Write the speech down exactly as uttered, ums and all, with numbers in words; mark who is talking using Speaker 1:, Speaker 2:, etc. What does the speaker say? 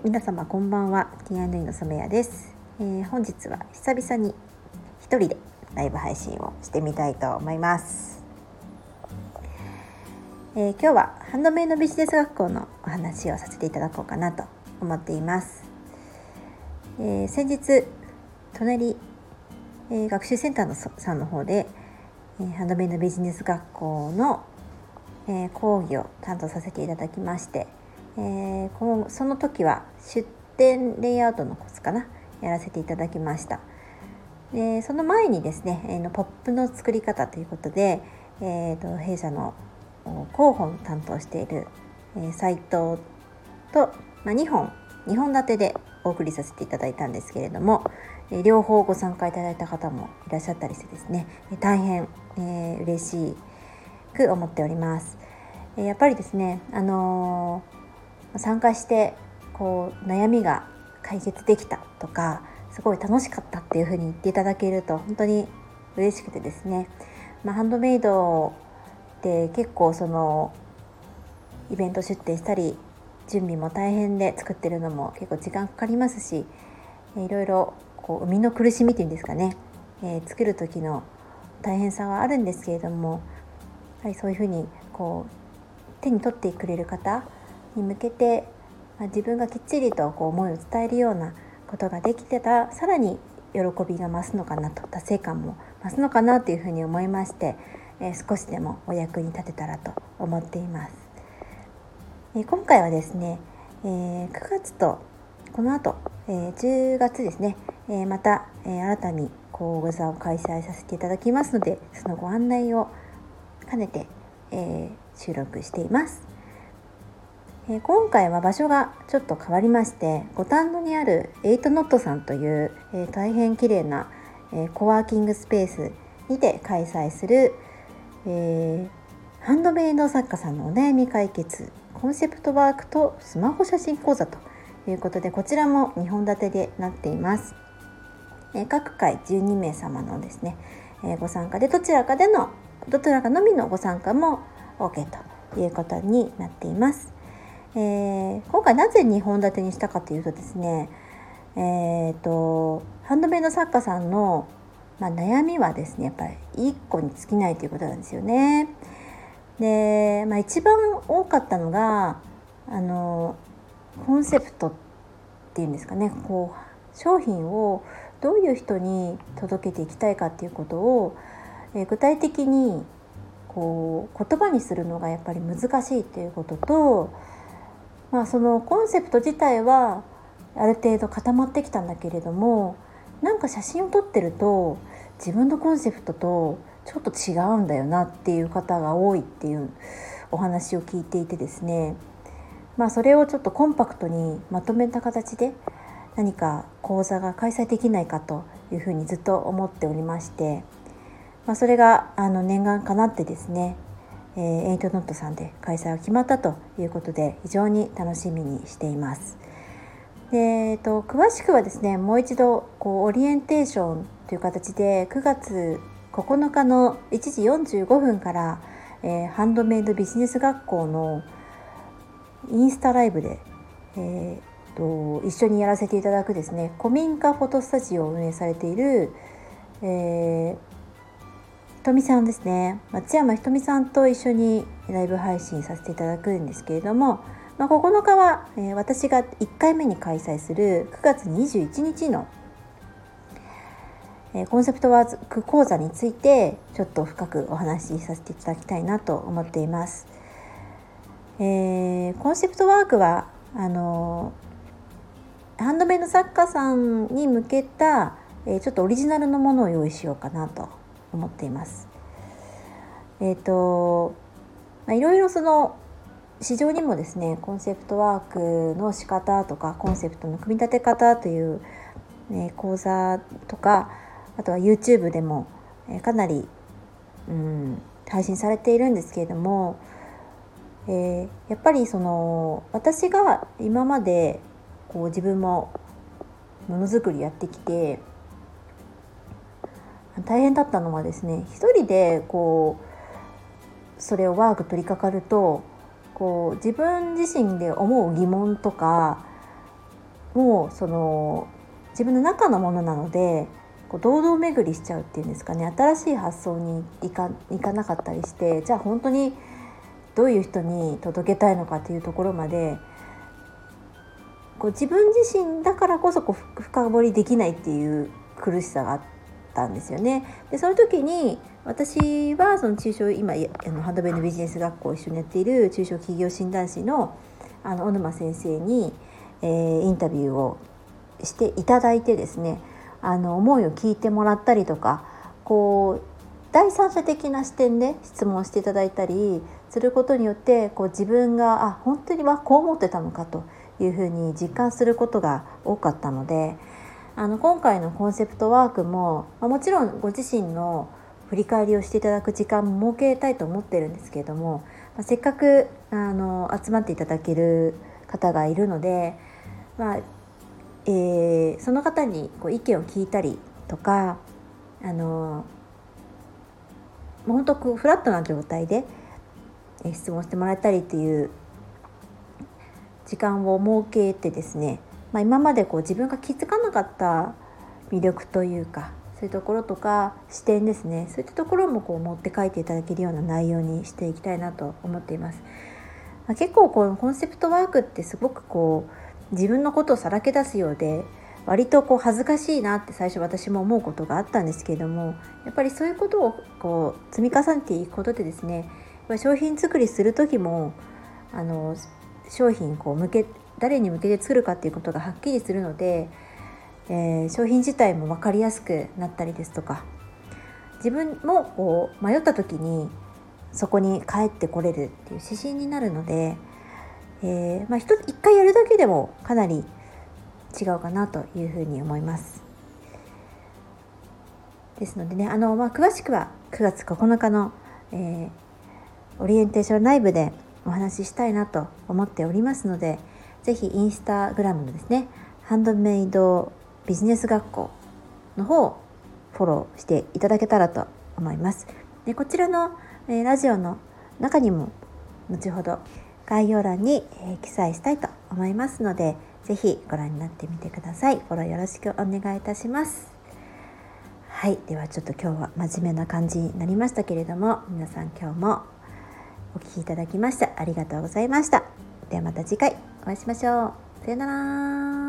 Speaker 1: 皆様こんばんは。 ティーアンドイー の染谷です、えー、本日は久々に一人でライブ配信をしてみたいと思います、えー、今日はハンドメイドビジネス学校のお話をさせていただこうかなと思っています、えー、先日隣、えー、学習センターのさんの方で、えー、ハンドメイドビジネス学校の、えー、講義を担当させていただきまして、えー、このその時は出展レイアウトのコツかなやらせていただきました。でその前にですね、えー、のポップの作り方ということで、えー、と弊社の広報を担当している、えー、斉藤と、まあ、にほんにほん立てでお送りさせていただいたんですけれども、えー、両方ご参加いただいた方もいらっしゃったりしてですね、大変、えー、嬉しく思っております。えー、やっぱりですね、あのー参加してこう悩みが解決できたとかすごい楽しかったっていう風に言っていただけると本当に嬉しくてですね、まあ、ハンドメイドって結構そのイベント出展したり準備も大変で作ってるのも結構時間かかりますし、いろいろこう生みの苦しみっていうんですかね、えー、作る時の大変さはあるんですけれども、やはりそういう風にこう手に取ってくれる方に向けて、まあ、自分がきっちりとこう思いを伝えるようなことができてたらさらに喜びが増すのかなと、達成感も増すのかなというふうに思いまして、えー、少しでもお役に立てたらと思っています。えー、今回はですね、えー、くがつとこの後、えー、じゅうがつですね、えー、また、えー、新たに講座を開催させていただきますので、そのご案内を兼ねて、えー、収録しています。えー、今回は場所がちょっと変わりまして、五反野にあるエイトノットさんという、えー、大変綺麗な、えー、コワーキングスペースにて開催する、えー、ハンドメイド作家さんのお悩み解決コンセプトワークとスマホ写真講座ということで、こちらもにほん立てでなっています。えー、各回じゅうにめい様のですね、えー、ご参加でどちらかでのどちらかのみのご参加も OK ということになっています。えー、今回なぜにほん立てにしたかというとですね、えーと、ハンドメイド作家さんの、まあ、悩みはですね、やっぱりいっこに尽きないということなんですよね。で、まあ、一番多かったのがあのコンセプトっていうんですかね、こう商品をどういう人に届けていきたいかっていうことを、えー、具体的にこう言葉にするのがやっぱり難しいということと、まあ、そのコンセプト自体はある程度固まってきたんだけれども、なんか写真を撮ってると自分のコンセプトとちょっと違うんだよなっていう方が多いっていうお話を聞いていてですね、まあ、それをちょっとコンパクトにまとめた形で何か講座が開催できないかというふうにずっと思っておりまして、まあ、それがあの念願かなってですね、えー、エイトノットさんで開催が決まったということで非常に楽しみにしています。で、えー、と詳しくはですね、もう一度こうオリエンテーションという形でくがつここのかのいちじよんじゅうごふんから、えー、ハンドメイドビジネス学校のインスタライブで、えー、と一緒にやらせていただくですね、古民家フォトスタジオを運営されている、えーひとみさんですね、松山ひとみさんと一緒にライブ配信させていただくんですけれども、まあ、ここのかは、えー、私がいっかいめに開催するくがつにじゅういちにちの、えー、コンセプトワーク講座についてちょっと深くお話しさせていただきたいなと思っています。えー、コンセプトワークはあのー、ハンドメイド作家さんに向けた、えー、ちょっとオリジナルのものを用意しようかなと思っています。えーとまあ、いろいろその市場にもですね、コンセプトワークの仕方とかコンセプトの組み立て方という、ね、講座とか、あとは YouTube でも、えー、かなり、うん、配信されているんですけれども、えー、やっぱりその私が今までこう自分もものづくりやってきて大変だったのはですね、一人でこうそれをワーク取り掛かるとこう自分自身で思う疑問とかもうその自分の中のものなので、こう堂々巡りしちゃうっていうんですかね、新しい発想にいか、いかなかったりして、じゃあ本当にどういう人に届けたいのかっていうところまでこう自分自身だからこそこう深掘りできないっていう苦しさがあったんですよね。でその時に私はその中小今あのハンドメイドビジネス学校を一緒にやっている中小企業診断士のあの小沼先生に、えー、インタビューをしていただいてですね、あの思いを聞いてもらったりとか、こう第三者的な視点で質問していただいたりすることによって、こう自分があ本当にはこう思ってたのかというふうに実感することが多かったので、あの今回のコンセプトワークも、まあ、もちろんご自身の振り返りをしていただく時間も設けたいと思ってるんですけれども、まあ、せっかくあの集まっていただける方がいるので、まあえー、その方にこう意見を聞いたりとか、あのもう本当フラットな状態で質問してもらえたりっていう時間を設けてですね、まあ、今までこう自分が気づかなかった魅力というか、そういうところとか視点ですね、そういったところもこう持って帰っていただけるような内容にしていきたいなと思っています。まあ、結構このコンセプトワークってすごくこう自分のことをさらけ出すようで、割とこう恥ずかしいなって最初私も思うことがあったんですけれども、やっぱりそういうことをこう積み重ねていくことでですね、やっぱり商品作りする時もあの商品こう向け誰に向けて作るかっていうことがはっきりするので、えー、商品自体も分かりやすくなったりですとか、自分もこう迷った時にそこに帰ってこれるっていう指針になるので、えーまあ、一, 一回やるだけでもかなり違うかなというふうに思います。ですのでね、あの、まあ、詳しくはくがつここのかの、えー、オリエンテーションライブでお話ししたいなと思っておりますので、ぜひインスタグラムのですね、ハンドメイドビジネス学校の方をフォローしていただけたらと思います。でこちらの、えー、ラジオの中にも後ほど概要欄に、えー、記載したいと思いますので、ぜひご覧になってみてください。フォローよろしくお願いいたします。はい、ではちょっと今日は真面目な感じになりましたけれども、皆さん今日もお聞きいただきましてありがとうございました。ではまた次回お会いしましょう。さよなら。